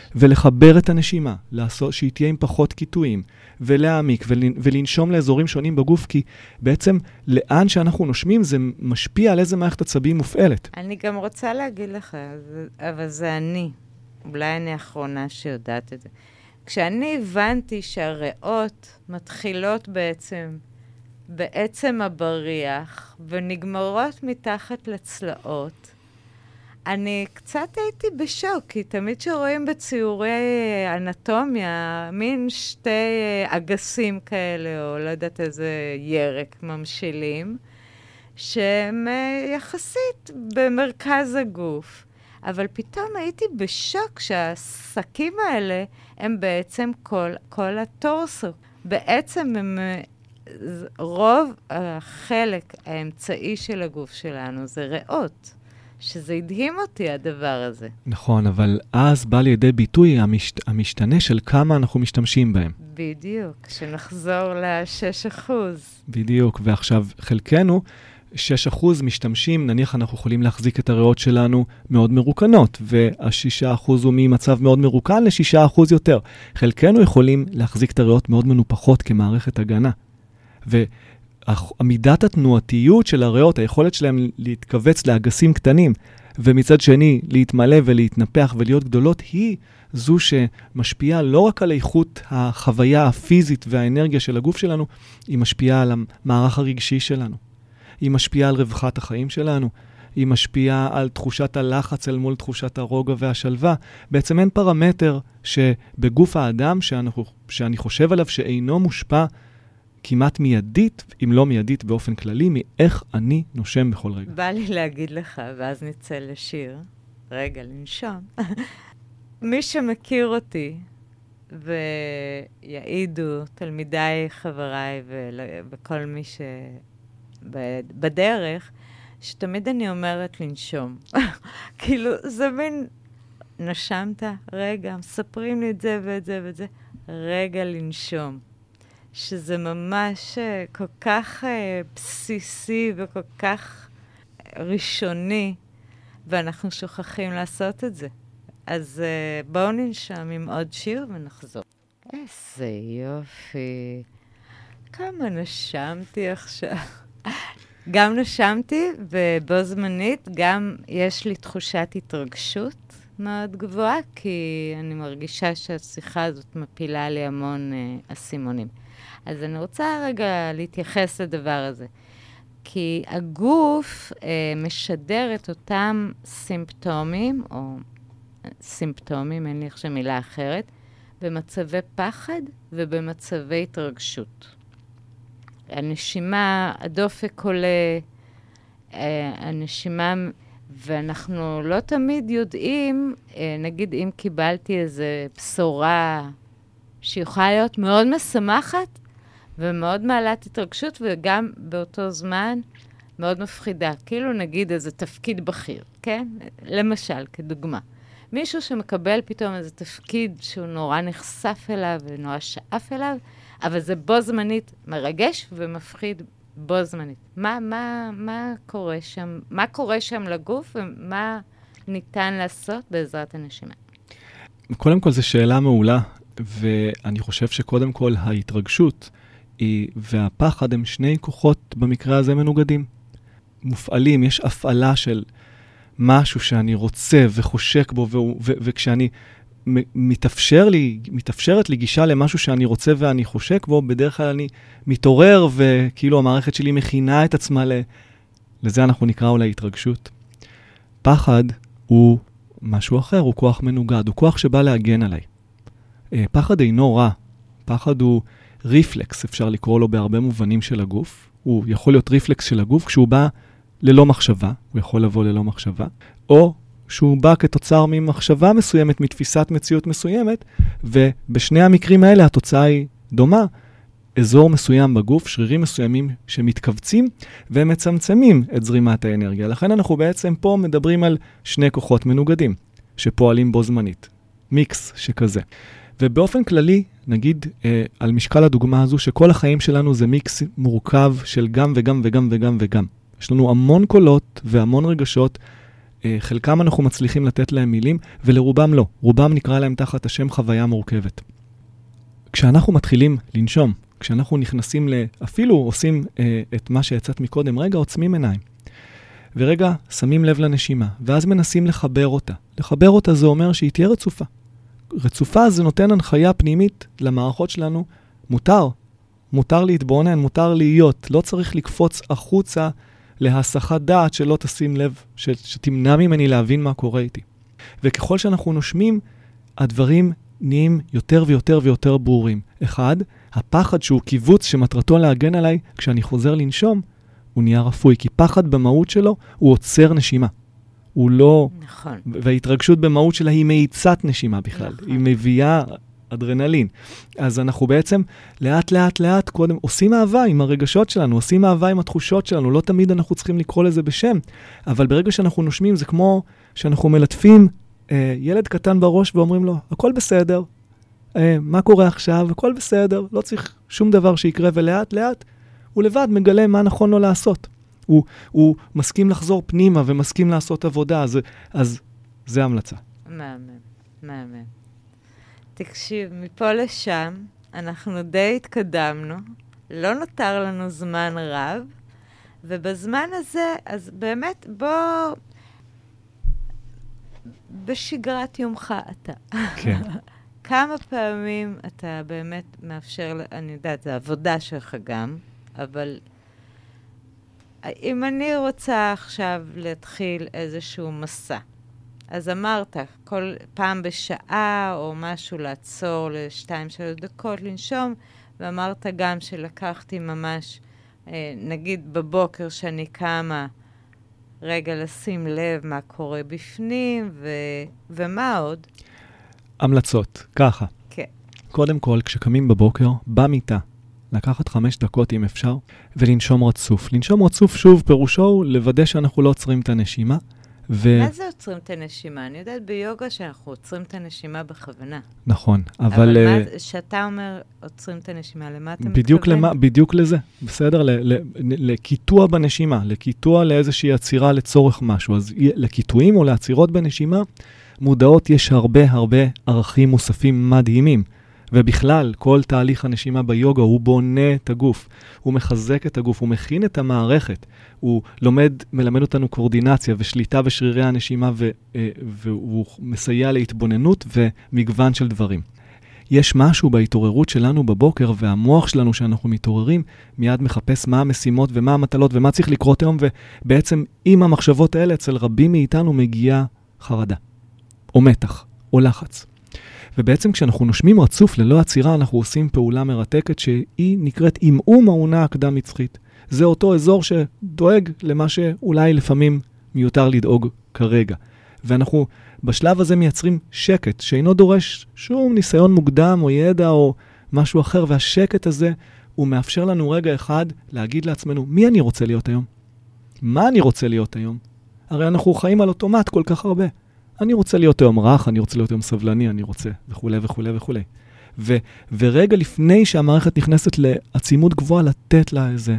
ולחבר את הנשימה, לעשות, שהיא תהיה עם פחות קיטויים, ולהעמיק ולנשום לאזורים שונים בגוף, כי בעצם לאן שאנחנו נושמים זה משפיע על איזה מערכת עצבים מופעלת. אני גם רוצה להגיד לך, אבל זה אני, אולי אני האחרונה שיודעת את זה. כשאני הבנתי שהריאות מתחילות בעצם, בעצם הבריח, ונגמרות מתחת לצלעות, אני קצת הייתי בשוק, כי תמיד שרואים בציורי אנטומיה, מין שתי אגסים כאלה, או לא יודעת איזה ירק ממשילים, שהם יחסית במרכז הגוף. אבל פתאום הייתי בשוק שהשקים האלה הם בעצם כל, כל הטורסו. בעצם הם, רוב החלק האמצעי של הגוף שלנו זה ריאות, שזה הדהים אותי הדבר הזה. נכון, אבל אז בא לידי ביטוי המשת, המשתנה של כמה אנחנו משתמשים בהם. בדיוק, שנחזור ל-שש אחוז. בדיוק, ועכשיו חלקנו, שש אחוז משתמשים, נניח אנחנו יכולים להחזיק את הריאות שלנו מאוד מרוקנות, והשישה אחוז הוא ממצב מאוד מרוקן לשישה אחוז יותר. חלקנו יכולים להחזיק את הריאות מאוד מנופחות כמערכת הגנה. ועמידת התנועתיות של הריאות, היכולת שלהם להתכווץ לאגסים קטנים, ומצד שני להתמלא ולהתנפח ולהיות גדולות, היא זו שמשפיעה לא רק על איכות החוויה הפיזית והאנרגיה של הגוף שלנו, היא משפיעה על המערך הרגשי שלנו. היא משפיעה על רווחת החיים שלנו, היא משפיעה על תחושת הלחץ אל מול תחושת הרוגע והשלווה. בעצם אין פרמטר שבגוף האדם שאנחנו, שאני חושב עליו שאינו מושפע כמעט מיידית, אם לא מיידית באופן כללי, מאיך אני נושם בכל רגע. בא לי להגיד לך, ואז נצא לשיר. רגע, לנשום. מי שמכיר אותי, ויעידו תלמידיי, חבריי, וכל מי שבדרך, שתמיד אני אומרת לנשום. כאילו, זה מין, נשמת, רגע, מספרים לי את זה ואת זה ואת זה, רגע לנשום. שזה ממש כל כך בסיסי וכל כך ראשוני, ואנחנו שוכחים לעשות את זה. אז uh, בואו ננשם עם עוד שיר ונחזור. איזה יופי. כמה נשמתי עכשיו. גם נשמתי, ובו זמנית גם יש לי תחושת התרגשות מאוד גבוהה, כי אני מרגישה שהשיחה הזאת מפילה לי המון uh, אסימונים. אז אני רוצה רגע להתייחס לדבר הזה. כי הגוף uh, משדר את אותם סימפטומים, או סימפטומים, אין לי עכשיו מילה אחרת, במצבי פחד ובמצבי התרגשות. הנשימה, הדופק עולה, הנשימה, ואנחנו לא תמיד יודעים, נגיד אם קיבלתי איזו בשורה שיכולה להיות מאוד משמחת ומאוד מעלת התרגשות, וגם באותו זמן מאוד מפחידה. כאילו נגיד איזה תפקיד בכיר, כן? למשל, כדוגמה. מישהו שמקבל פתאום איזה תפקיד שהוא נורא נחשף אליו ונורא שאף אליו, אבל זה בו זמנית מרגש ומפחיד בו זמנית. מה, מה, מה קורה שם? מה קורה שם לגוף ומה ניתן לעשות בעזרת הנשימה? קודם כל, זו שאלה מעולה, ואני חושב שקודם כל ההתרגשות היא, והפחד הם שני כוחות במקרה הזה מנוגדים. מופעלים, יש הפעלה של משהו שאני רוצה וחושק בו, ו- ו- וכשאני מתאפשר לי, מתאפשרת לי גישה למשהו שאני רוצה ואני חושק בו, בדרך כלל אני מתעורר, וכאילו המערכת שלי מכינה את עצמה ל... לזה אנחנו נקרא אולי התרגשות. פחד הוא משהו אחר, הוא כוח מנוגד, הוא כוח שבא להגן עליי. פחד אינו רע, פחד הוא ריפלקס, אפשר לקרוא לו בהרבה מובנים של הגוף. הוא יכול להיות ריפלקס של הגוף כשהוא בא ללא מחשבה, הוא יכול לבוא ללא מחשבה, או שהוא בא כתוצר ממחשבה מסוימת, מתפיסת מציאות מסוימת, ובשני המקרים האלה התוצאה היא דומה. אזור מסוים בגוף, שרירים מסוימים שמתכווצים ומצמצמים את זרימת האנרגיה. לכן אנחנו בעצם פה מדברים על שני כוחות מנוגדים, שפועלים בו זמנית. מיקס שכזה. ובאופן כללי, נגיד אה, על משקל הדוגמה הזו, שכל החיים שלנו זה מיקס מורכב של גם וגם וגם וגם וגם. יש לנו המון קולות והמון רגשות, אה, חלקם אנחנו מצליחים לתת להם מילים, ולרובם לא. רובם נקרא להם תחת השם חוויה מורכבת. כשאנחנו מתחילים לנשום, כשאנחנו נכנסים ל... אפילו עושים אה, את מה שיצאת מקודם, רגע עוצמים עיניים. ורגע שמים לב לנשימה, ואז מנסים לחבר אותה. לחבר אותה זה אומר שהיא תהיה רצופה. רצופה זה נותן הנחיה פנימית למערכות שלנו, מותר, מותר להתבונן, מותר להיות, לא צריך לקפוץ החוצה להסחת דעת שלא תשים לב, ש, שתמנע ממני להבין מה קורה איתי. וככל שאנחנו נושמים, הדברים נהיים יותר ויותר ויותר ברורים. אחד, הפחד שהוא קיבוץ שמטרתו להגן עליי, כשאני חוזר לנשום, הוא נהיה רפוי, כי פחד במהות שלו הוא עוצר נשימה. הוא לא... נכון. וההתרגשות במהות שלה היא מאיצת נשימה בכלל. נכון. היא מביאה אדרנלין. אז אנחנו בעצם לאט לאט לאט קודם עושים אהבה עם הרגשות שלנו, עושים אהבה עם התחושות שלנו. לא תמיד אנחנו צריכים לקרוא לזה בשם, אבל ברגע שאנחנו נושמים זה כמו שאנחנו מלטפים אה, ילד קטן בראש ואומרים לו, הכל בסדר, אה, מה קורה עכשיו? הכל בסדר, לא צריך שום דבר שיקרה, ולאט לאט הוא לבד מגלה מה נכון לו לעשות. הוא, הוא מסכים לחזור פנימה ומסכים לעשות עבודה, אז, אז זה המלצה. מאמן, מאמן. תקשיב, מפה לשם אנחנו די התקדמנו, לא נותר לנו זמן רב, ובזמן הזה, אז באמת בוא, בשגרת יומך אתה. כן. כמה פעמים אתה באמת מאפשר, אני יודעת, זה עבודה שלך גם, אבל אם אני רוצה עכשיו להתחיל איזשהו מסע, אז אמרת, כל פעם בשעה או משהו לעצור לשתיים, שלוש דקות, לנשום, ואמרת גם שלקחתי ממש, נגיד בבוקר שאני קמה, רגע לשים לב מה קורה בפנים, ו... ומה עוד? המלצות, ככה. כן. קודם כל, כשקמים בבוקר, במיטה, לקחת חמש דקות אם אפשר, ולנשום רצוף. לנשום רצוף, שוב, פירושו הוא לוודא שאנחנו לא עוצרים את הנשימה. ו... מה זה עוצרים את הנשימה? אני יודעת ביוגה שאנחנו עוצרים את הנשימה בכוונה. נכון, אבל... אבל uh... מה, שאתה אומר עוצרים את הנשימה, למה אתה בדיוק מתכוון? למה, בדיוק לזה, בסדר? ל- ל- לקיטוע בנשימה, לקיטוע לאיזושהי עצירה לצורך משהו. אז לקיטועים או לעצירות בנשימה, מודעות יש הרבה הרבה ערכים מוספים מדהימים. ובכלל, כל תהליך הנשימה ביוגה הוא בונה את הגוף, הוא מחזק את הגוף, הוא מכין את המערכת, הוא לומד, מלמד אותנו קואורדינציה ושליטה בשרירי הנשימה, ו, והוא מסייע להתבוננות ומגוון של דברים. יש משהו בהתעוררות שלנו בבוקר, והמוח שלנו שאנחנו מתעוררים, מיד מחפש מה המשימות ומה המטלות ומה צריך לקרות היום, ובעצם עם המחשבות האלה אצל רבים מאיתנו מגיעה חרדה, או מתח, או לחץ. ובעצם כשאנחנו נושמים רצוף ללא עצירה, אנחנו עושים פעולה מרתקת שהיא נקראת עמעום העונה הקדם-מצחית. זה אותו אזור שדואג למה שאולי לפעמים מיותר לדאוג כרגע. ואנחנו בשלב הזה מייצרים שקט, שאינו דורש שום ניסיון מוקדם או ידע או משהו אחר, והשקט הזה הוא מאפשר לנו רגע אחד להגיד לעצמנו, מי אני רוצה להיות היום? מה אני רוצה להיות היום? הרי אנחנו חיים על אוטומט כל כך הרבה. אני רוצה להיות היום רך, אני רוצה להיות היום סבלני, אני רוצה, וכו' וכו' וכו'. ו- ורגע לפני שהמערכת נכנסת לעצימות גבוהה, לתת לה איזה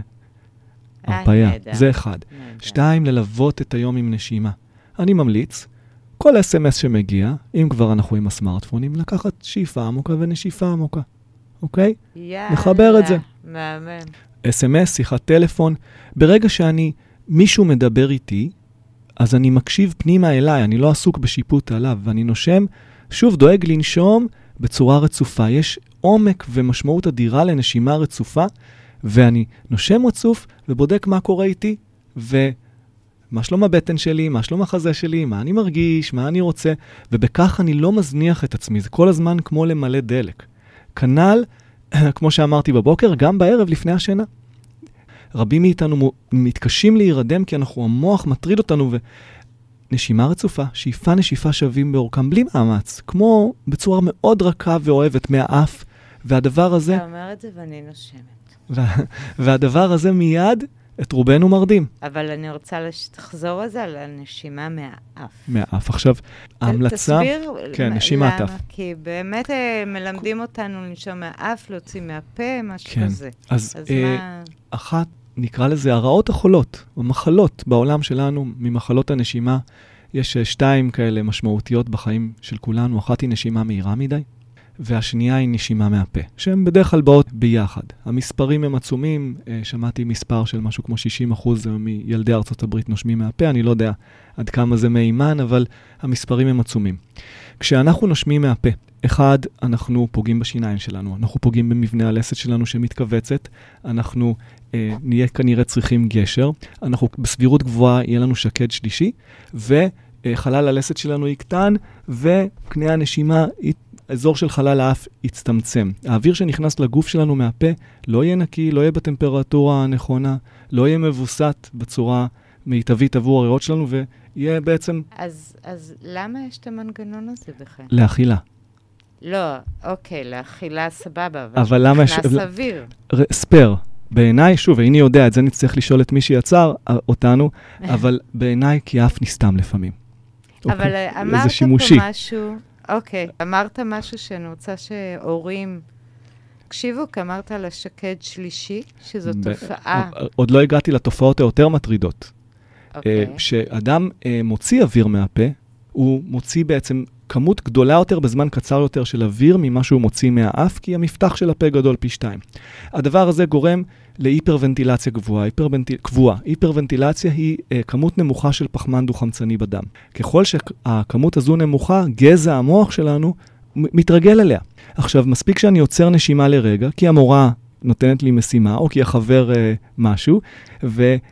הרפאיה. זה אחד. שתיים, ללוות את היום עם נשימה. אני ממליץ, כל אס אם אס שמגיע, אם כבר אנחנו עם הסמארטפונים, לקחת שאיפה עמוקה ונשיפה עמוקה. אוקיי? יאללה. נחבר את זה. מהמם. אס אם אס, שיחת טלפון. ברגע שאני, מישהו מדבר איתי, אז אני מקשיב פנימה אליי, אני לא עסוק בשיפוט עליו, ואני נושם, שוב דואג לנשום בצורה רצופה. יש עומק ומשמעות אדירה לנשימה רצופה, ואני נושם רצוף ובודק מה קורה איתי, ומה שלום הבטן שלי, מה שלום החזה שלי, מה אני מרגיש, מה אני רוצה, ובכך אני לא מזניח את עצמי, זה כל הזמן כמו למלא דלק. כנ"ל, כמו שאמרתי בבוקר, גם בערב לפני השינה. רבים מאיתנו מתקשים להירדם כי אנחנו, המוח מטריד אותנו, ונשימה רצופה, שאיפה נשיפה שווים באורכם, בלי מאמץ, כמו בצורה מאוד רכה ואוהבת מהאף, והדבר הזה... אתה אומר את זה ואני נושמת. וה, והדבר הזה מיד את רובנו מרדים. אבל אני רוצה שתחזור על זה, על הנשימה מהאף. מהאף. עכשיו, ההמלצה... תסביר כן, נשימת אף. כי באמת מלמדים אותנו לנשום מהאף, להוציא מהפה, משהו כן. כזה. אז, אז אה, מה... אחת, נקרא לזה הרעות החולות, המחלות בעולם שלנו, ממחלות הנשימה, יש שתיים כאלה משמעותיות בחיים של כולנו. אחת היא נשימה מהירה מדי, והשנייה היא נשימה מהפה, שהן בדרך כלל באות ביחד. המספרים הם עצומים, שמעתי מספר של משהו כמו שישים אחוז מילדי ארצות הברית נושמים מהפה, אני לא יודע עד כמה זה מהימן, אבל המספרים הם עצומים. כשאנחנו נושמים מהפה, אחד, אנחנו פוגעים בשיניים שלנו, אנחנו פוגעים במבנה הלסת שלנו שמתכווצת, אנחנו אה, נהיה כנראה צריכים גשר, אנחנו בסבירות גבוהה יהיה לנו שקד שלישי, וחלל הלסת שלנו יקטן, וקנה הנשימה האזור של חלל האף יצטמצם. האוויר שנכנס לגוף שלנו מהפה לא יהיה נקי, לא יהיה בטמפרטורה הנכונה, לא יהיה מבוסת בצורה מיטבית עבור הריאות שלנו, ויהיה בעצם... אז, אז למה יש את המנגנון הזה בכלל? לאכילה. לא, אוקיי, לאכילה סבבה, אבל, אבל למה נכנס יש... אוויר. ספר. בעיניי, שוב, איני יודע, את זה נצטרך לשאול את מי שיצר אותנו, אבל בעיניי כי האף נסתם לפעמים. אבל אוקיי? אמרת פה משהו... אוקיי, אמרת משהו שאני רוצה שהורים... תקשיבו, אמרת על השקד שלישי, שזו ב- תופעה. עוד לא הגעתי לתופעות היותר מטרידות. אוקיי. שאדם מוציא אוויר מהפה, הוא מוציא בעצם כמות גדולה יותר בזמן קצר יותר של אוויר ממה שהוא מוציא מהאף, כי המפתח של הפה גדול פי שתיים. הדבר הזה גורם להיפרוונטילציה גבוהה, היפרוונטיל... קבועה. היפרוונטילציה היא uh, כמות נמוכה של פחמן דו-חמצני בדם. ככל שהכמות הזו נמוכה, גזע המוח שלנו מתרגל אליה. עכשיו, מספיק שאני יוצר נשימה לרגע, כי המורה נותנת לי משימה, או כי החבר uh, משהו,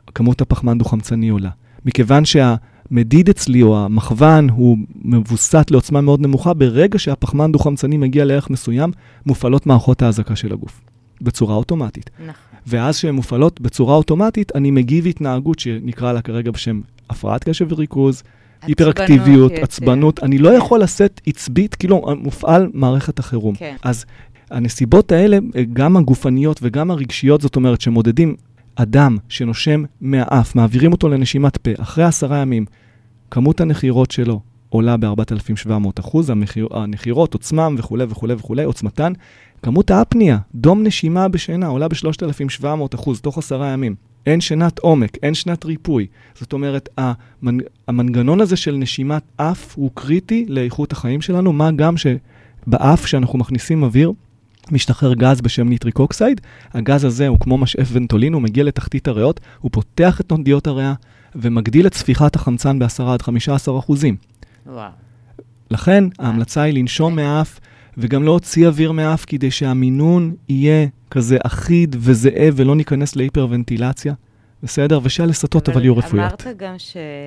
כמות הפחמן דו-חמצני עולה. מכיוון שהמדיד אצלי או המכוון הוא מבוסת לעוצמה מאוד נמוכה, ברגע שהפחמן דו-חמצני מגיע לערך מסוים, מופעלות מערכות ההזקה של הגוף, בצורה אוטומטית. נכון. ואז שהן מופעלות בצורה אוטומטית, אני מגיב התנהגות שנקרא לה כרגע בשם הפרעת קשב וריכוז, היפראקטיביות, עצבנות. אני לא יכול לשאת עצבית, כאילו מופעל מערכת החירום. אז הנסיבות האלה, גם הגופניות וגם הרגשיות, זאת אומרת שמודדים אדם שנושם מהאף, מעבירים אותו לנשימת פה, אחרי עשרה ימים, כמות הנחירות שלו עולה ב-ארבעת אלפים ושבע מאות אחוז, הנחירות, עוצמם וכו' וכו' וכו', עוצמתן, כמות האפניה, דום נשימה בשינה, עולה ב-שלושת אלפים ושבע מאות אחוז, תוך עשרה ימים. אין שנת עומק, אין שנת ריפוי. זאת אומרת, המנ... המנגנון הזה של נשימת אף הוא קריטי לאיכות החיים שלנו, מה גם שבאף שאנחנו מכניסים אוויר, משתחרר גז בשם ניטריק אוקסייד. הגז הזה הוא כמו משאף ונטולין, הוא מגיע לתחתית הריאות, הוא פותח את נונדיות הריאה, ומגדיל את צפיחת החמצן ב-עשרה עד חמישה עשר אחוזים. וואו. לכן, ההמלצה היא לנשום מהאף, וגם לא הוציא אוויר מהאף, כדי שהמינון יהיה כזה אחיד וזהה, ולא ניכנס להיפרוונטילציה. בסדר? ושהלסתות אבל יהיו רפואיות. אמרת גם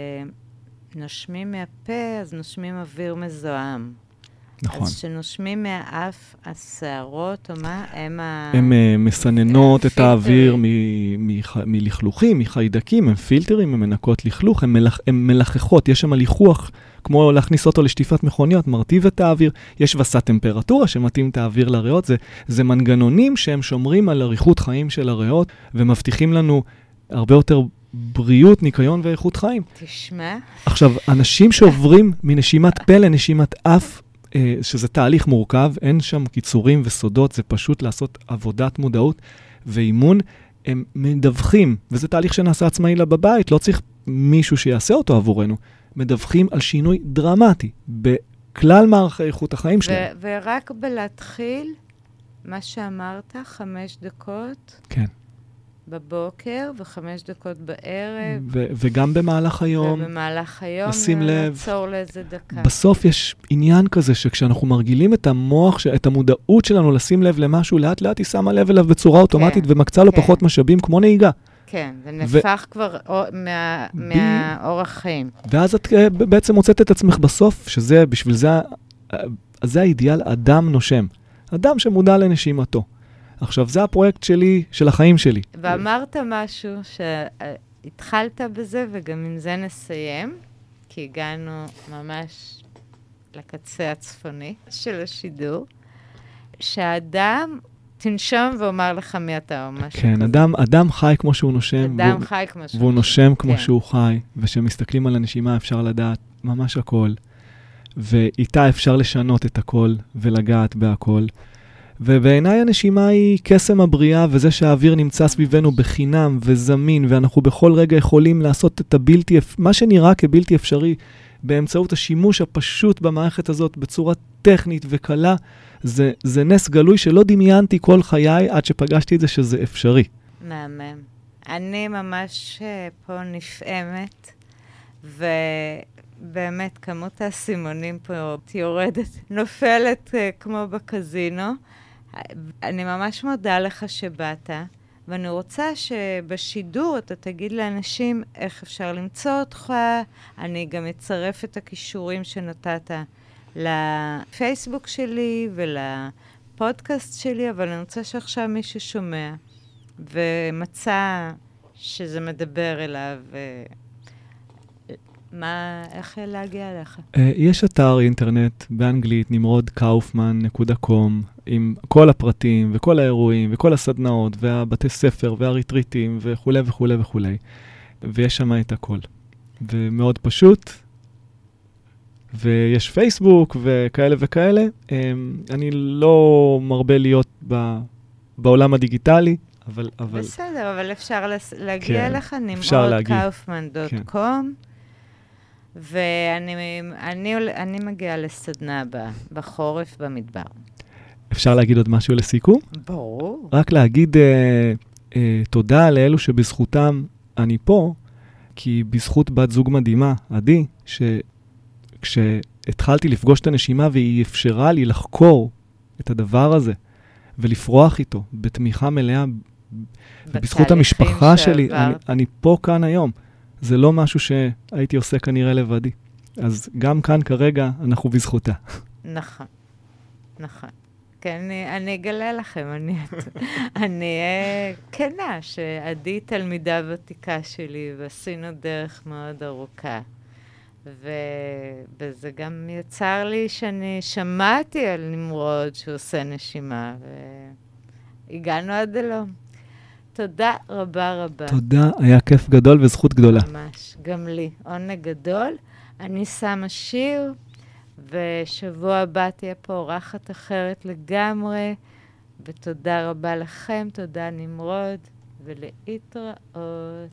שנושמים מהפה, אז נושמים אוויר מזוהם. נכון. אז שנושמים מהאף, השערות, או מה? הם ה... הם uh, מסננות את האוויר מלכלוכים, מחיידקים, הם פילטרים, הם מנקות לכלוך, הם, מלח, הם מלחכות, יש שם ליחוח, כמו להכניס אותו לשטיפת מכוניות, מרטיב את האוויר, יש וסת טמפרטורה שמתאים את האוויר לריאות, זה, זה מנגנונים שהם שומרים על אריכות חיים של הריאות, ומבטיחים לנו הרבה יותר בריאות, ניקיון ואיכות חיים. תשמע. עכשיו, אנשים שעוברים מנשימת פה לנשימת אף, שזה תהליך מורכב, אין שם קיצורים וסודות, זה פשוט לעשות עבודת מודעות ואימון, הם מדווחים, וזה תהליך שנעשה עצמאי לה בבית, לא צריך מישהו שיעשה אותו עבורנו, מדווחים על שינוי דרמטי בכלל מערכי איכות החיים שלהם. ורק בלהתחיל, מה שאמרת, חמש דקות, כן. בבוקר וחמש דקות בערב. ו- וגם במהלך היום. ובמהלך היום. לשים לב. לעצור לאיזה דקה. בסוף יש עניין כזה שכשאנחנו מרגילים את המוח, את המודעות שלנו לשים לב למשהו, לאט לאט היא שמה לב אליו בצורה אוטומטית כן, ומקצה לו כן. פחות משאבים כמו נהיגה. כן, זה נפח ו- כבר או, מה, ב- מהאורח חיים. ואז את בעצם מוצאת את עצמך בסוף, שזה בשביל זה, זה האידיאל אדם נושם. אדם שמודע לנשימתו. עכשיו, זה הפרויקט שלי, של החיים שלי. ואמרת משהו שהתחלת בזה, וגם עם זה נסיים, כי הגענו ממש לקצה הצפוני של השידור, שהאדם תנשום ואומר לך מי אתה או משהו כן, כזה. אדם, אדם חי כמו שהוא נושם. אדם והוא, חי כמו שהוא והוא נושם. נושם כמו כן. שהוא חי, ושמסתכלים על הנשימה אפשר לדעת ממש הכל, ואיתה אפשר לשנות את הכל ולגעת בהכל. ובעיניי הנשימה היא קסם הבריאה, וזה שהאוויר נמצא סביבנו בחינם וזמין, ואנחנו בכל רגע יכולים לעשות את הבלתי, מה שנראה כבלתי אפשרי, באמצעות השימוש הפשוט במערכת הזאת, בצורה טכנית וקלה, זה, זה נס גלוי שלא דמיינתי כל חיי, עד שפגשתי את זה שזה אפשרי. מהמם. אני ממש פה נפעמת, ובאמת כמות הסימונים פה יורדת, נופלת כמו בקזינו. אני ממש מודה לך שבאת, ואני רוצה שבשידור אתה תגיד לאנשים איך אפשר למצוא אותך. אני גם אצרף את הכישורים שנתת לפייסבוק שלי ולפודקאסט שלי, אבל אני רוצה שעכשיו מי ששומע ומצא שזה מדבר אליו, מה, איך להגיע אליך? יש אתר אינטרנט באנגלית, נמרוד קאופמן נקודה קום, עם כל הפרטים וכל האירועים וכל הסדנאות והבתי ספר והריטריטים וכו' וכו' וכו'. ויש שם את הכל. ומאוד פשוט. ויש פייסבוק וכאלה וכאלה. אני לא מרבה להיות בעולם הדיגיטלי, אבל... אבל... בסדר, אבל אפשר להגיע כן, אליך, נמרוד קאופמן דוט קום. ואני אני, אני מגיעה לסדנה הבאה, בחורף במדבר. אפשר להגיד עוד משהו לסיכום? ברור. רק להגיד אה, אה, תודה לאלו שבזכותם אני פה, כי בזכות בת זוג מדהימה, עדי, שכשהתחלתי לפגוש את הנשימה והיא אפשרה לי לחקור את הדבר הזה, ולפרוח איתו בתמיכה מלאה ובזכות המשפחה שלי, אני, אני פה כאן היום. זה לא משהו שהייתי עושה כנראה לבדי. אז גם כאן כרגע אנחנו בזכותה. נכון, נכון. כן, אני, אני אגלה לכם, אני, אני כנה שעדי תלמידה ותיקה שלי, ועשינו דרך מאוד ארוכה. ו... וזה גם יצר לי שאני שמעתי על נמרוד שהוא עושה נשימה, והגענו עד הלום. תודה רבה רבה. תודה, היה כיף גדול וזכות גדולה. ממש, גם לי. עונג גדול. אני שמה שיר, ושבוע הבא תהיה פה אורחת אחרת לגמרי, ותודה רבה לכם, תודה נמרוד, ולהתראות.